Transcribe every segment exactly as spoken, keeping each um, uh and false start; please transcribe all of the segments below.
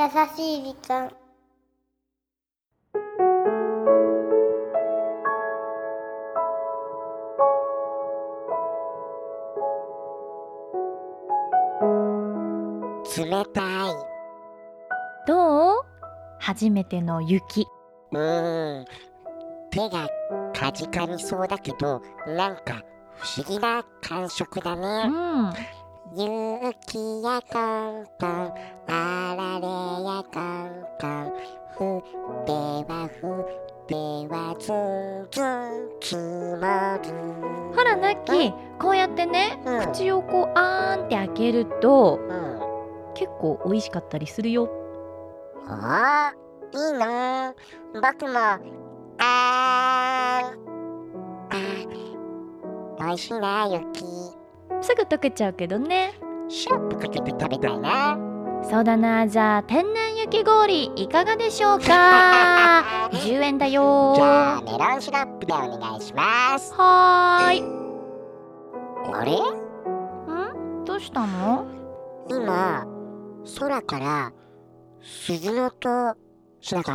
優しい時間。 冷たい。 どう？初めての雪。 うーん、手がかじかみそうだけど、なんか不思議な感触だうね。 ん。 雪やコンコン、あられやコンコン、降っては降ってはずんずん積もる。 ほらナッキー、こうやってね、 うん口をこうあーんって開けるとうん、 結構美味しかったりするよ。 あー、いいの。僕もあーあー、おいしいな雪。 すぐ溶けちゃうけどね。 シロップかけて食べたいな。 そうだな。じゃあ天然雪氷いかがでしょうか？じゅうえんだよ。 じゃあメロンシロップでお願いします。 はーい。 あれ？ ん？どうしたの？ 今空から鈴の音しなかった？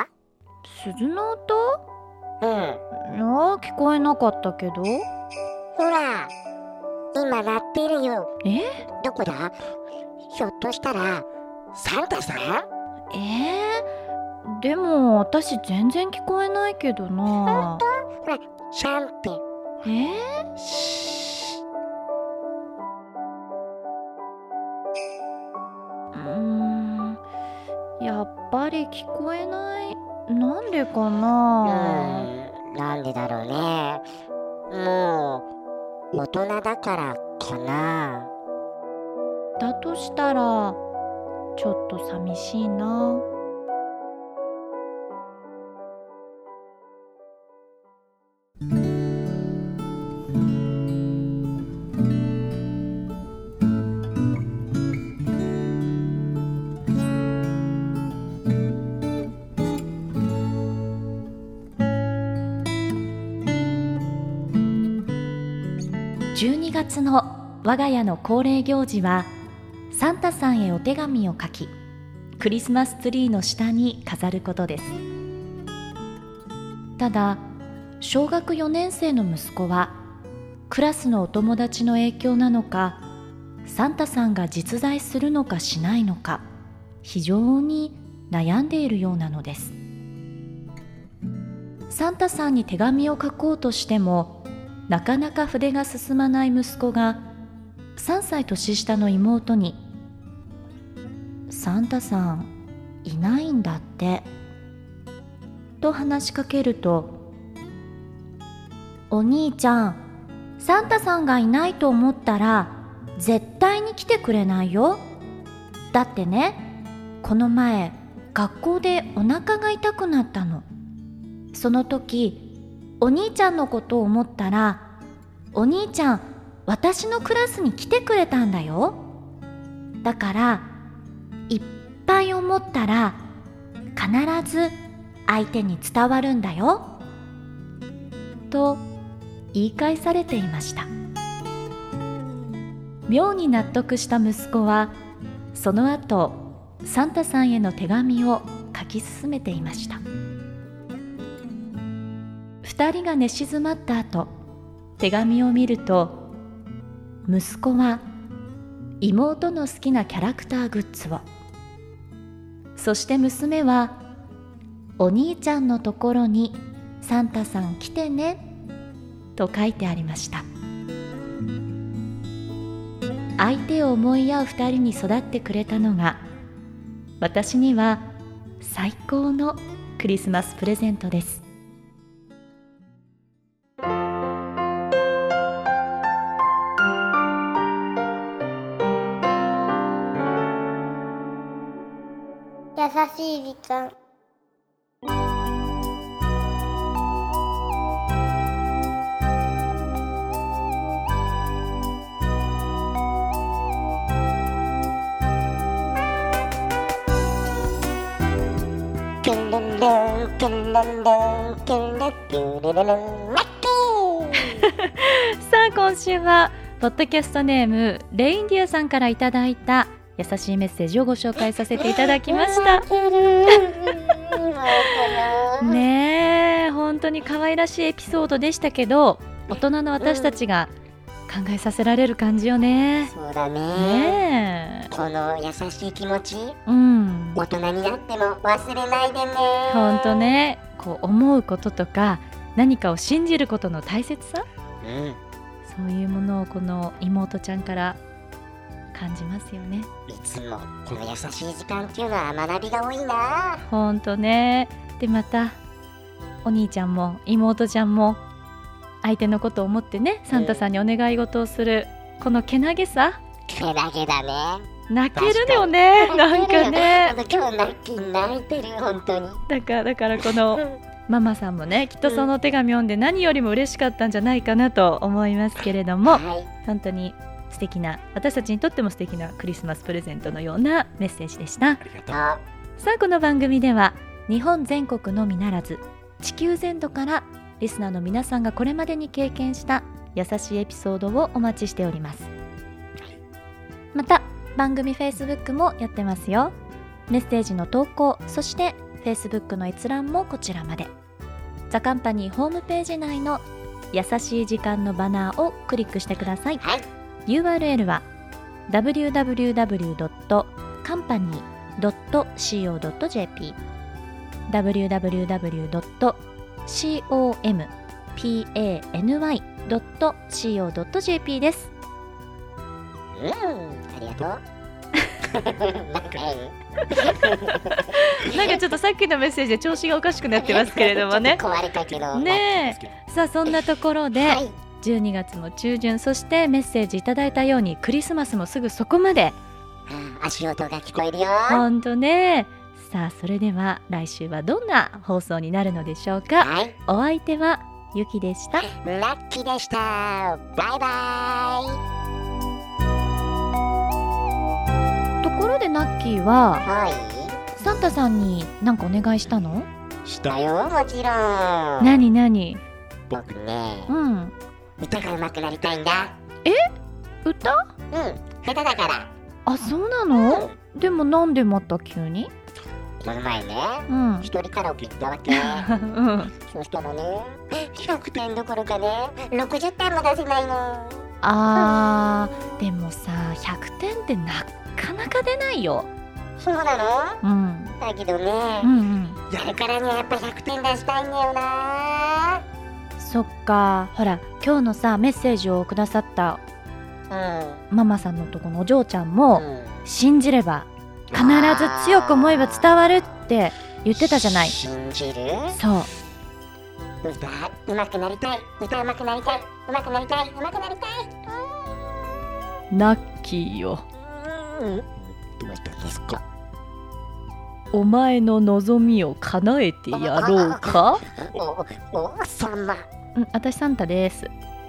鈴の音？ うん。 いやー、聞こえなかったけど。 ほら、今鳴ってるよ。 え？ どこだ？ひょっとしたらサンタさん？ えー、でも私全然聞こえないけどな。 ほら、シャンって。 えー、 シうーん、やっぱり聞こえない。なんでかー。うな。 ーん、なんでだろうね。もう大人だからかな。 だとしたらちょっと寂しいな。じゅうにがつの我が家の恒例行事はサンタさんへお手紙を書き、クリスマスツリーの下に飾ることです。ただ、小学よねん生の息子はクラスのお友達の影響なのか、サンタさんが実在するのかしないのか非常に悩んでいるようなのです。サンタさんに手紙を書こうとしてもなかなか筆が進まない息子がさんさい年下の妹に、サンタさんいないんだってと話しかけると、お兄ちゃん、サンタさんがいないと思ったら絶対に来てくれないよ。だってね、この前学校でお腹が痛くなったの。その時お兄ちゃんのことを思ったら、お兄ちゃん私のクラスに来てくれたんだよ。だからいっぱい思ったら必ず相手に伝わるんだよと言い返されていました。妙に納得した息子はその後サンタさんへの手紙を書き進めていました。二人が寝静まった後、手紙を見ると、息子は妹の好きなキャラクターグッズを、そして娘はお兄ちゃんのところにサンタさん来てねと書いてありました。相手を思い合う二人に育ってくれたのが、私には最高のクリスマスプレゼントです。 優しい時間。 キュンルンルンキュンルンルンキュンルンキュルルルンマッキー。 さあ今週はポッドキャストネームレインディアさんからいただいた優しいメッセージをご紹介させていただきましたねえ、本当に可愛らしいエピソードでしたけど、大人の私たちが考えさせられる感じよね。 そうだね。 ねえ、 この優しい気持ち、 うん、 大人になっても忘れないでね。 本当ね、こう思うこととか何かを信じることの大切さ、 うん、 そういうものをこの妹ちゃんから感じますよね。 いつもこの優しい時間っていうのは学びが多いな。 ほんとね。でまたお兄ちゃんも妹ちゃんも相手のことを思ってね、サンタさんにお願い事をする、このけなげさ、 けなげだね。 泣けるよね。なんかね、 今日泣き泣いてる本当に。 だからだからこのママさんもね、きっとその手紙読んで何よりも嬉しかったんじゃないかなと思いますけれども、 はい、 本当に素敵な、私たちにとっても素敵なクリスマスプレゼントのようなメッセージでした。 ありがとう。 さあ、この番組では日本全国のみならず地球全土からリスナーの皆さんがこれまでに経験した優しいエピソードをお待ちしております。また番組 Facebook もやってますよ。メッセージの投稿、そして Facebook の閲覧もこちらまで。ザカンパニーホームページ内の優しい時間のバナーをクリックしてください。 はい、 ユーアールエル は ダブリューダブリューダブリュードットカンパニードットシーオードットジェーピー ダブリューダブリューダブリュードットシーオーエムピーエーエヌワイドットシーオードットジェーピー です。 うん、ありがとう。 なんかちょっとさっきのメッセージで調子がおかしくなってますけれどもね。 壊れたけどねえ、さあそんなところで、 はい、 じゅうにがつも中旬、そしてメッセージいただいたようにクリスマスもすぐそこまで、 あ、足音が聞こえるよ。 ほんとね。さあそれでは来週はどんな放送になるのでしょうか。 はい、 お相手はゆきでした。 ラッキーでした。バイバイ。 ところでナッキーは、 はい、 サンタさんに何かお願いしたの？ したよ、もちろん。 なになに？ 僕ね、 うん、 歌が上手くなりたいんだ。 え？歌？ うん、下手だから。 あ、そうなの？ うん、 でもなんでまた急に？ この前ね、 うん、 一人カラオケ行ったわけ。 うん、 そしたらね、ひゃくてんどころかね、ろくじゅってんも出せないの。 あー、でもさ、ひゃくてんってなかなか出ないよ。 そうなの？ うん、 だけどね、 うんうん、 やるからにはやっぱひゃくてん出したいんだよな。 そっか。ほら今日のさメッセージをくださったうん、 ママさんのとこのお嬢ちゃんも、 うん、 信じれば必ず強く思えば伝わるって言ってたじゃない。 信じる？ そう。 歌うまくなりたい、歌うまくなりたい、うまくなりたい、うまくなりたい。 ナッキーよ、 うん、どうしたんですか？ お前の望みを叶えてやろうか？ お、お王様。 うん、私サンタです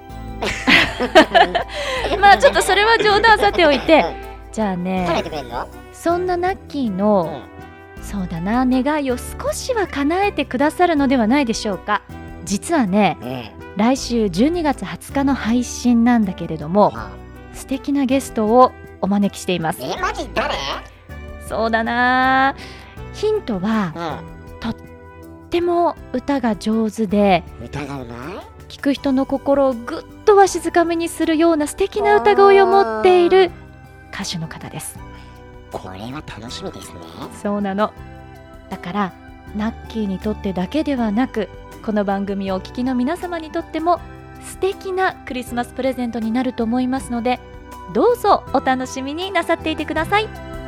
まあちょっとそれは冗談さておいて、じゃあね、 食べてくれんの？ そんなナッキーの、うん、そうだな、願いを少しは叶えてくださるのではないでしょうか。実はね、うん、来週じゅうにがつはつかの配信なんだけれども、うん、素敵なゲストをお招きしています。 え、マジ誰？ そうだな、ヒントは、うん、とっても歌が上手で、 歌がうまい？ 聞く人の心をぐっとわしづかみにするような素敵な歌声を持っている歌手の方です。 これは楽しみですね。 そうなの。だからナッキーにとってだけではなく、この番組をお聞きの皆様にとっても素敵なクリスマスプレゼントになると思いますので、どうぞお楽しみになさっていてください。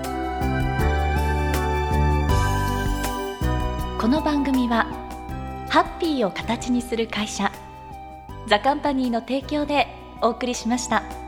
この番組はハッピーを形にする会社ザカンパニーの提供でお送りしました。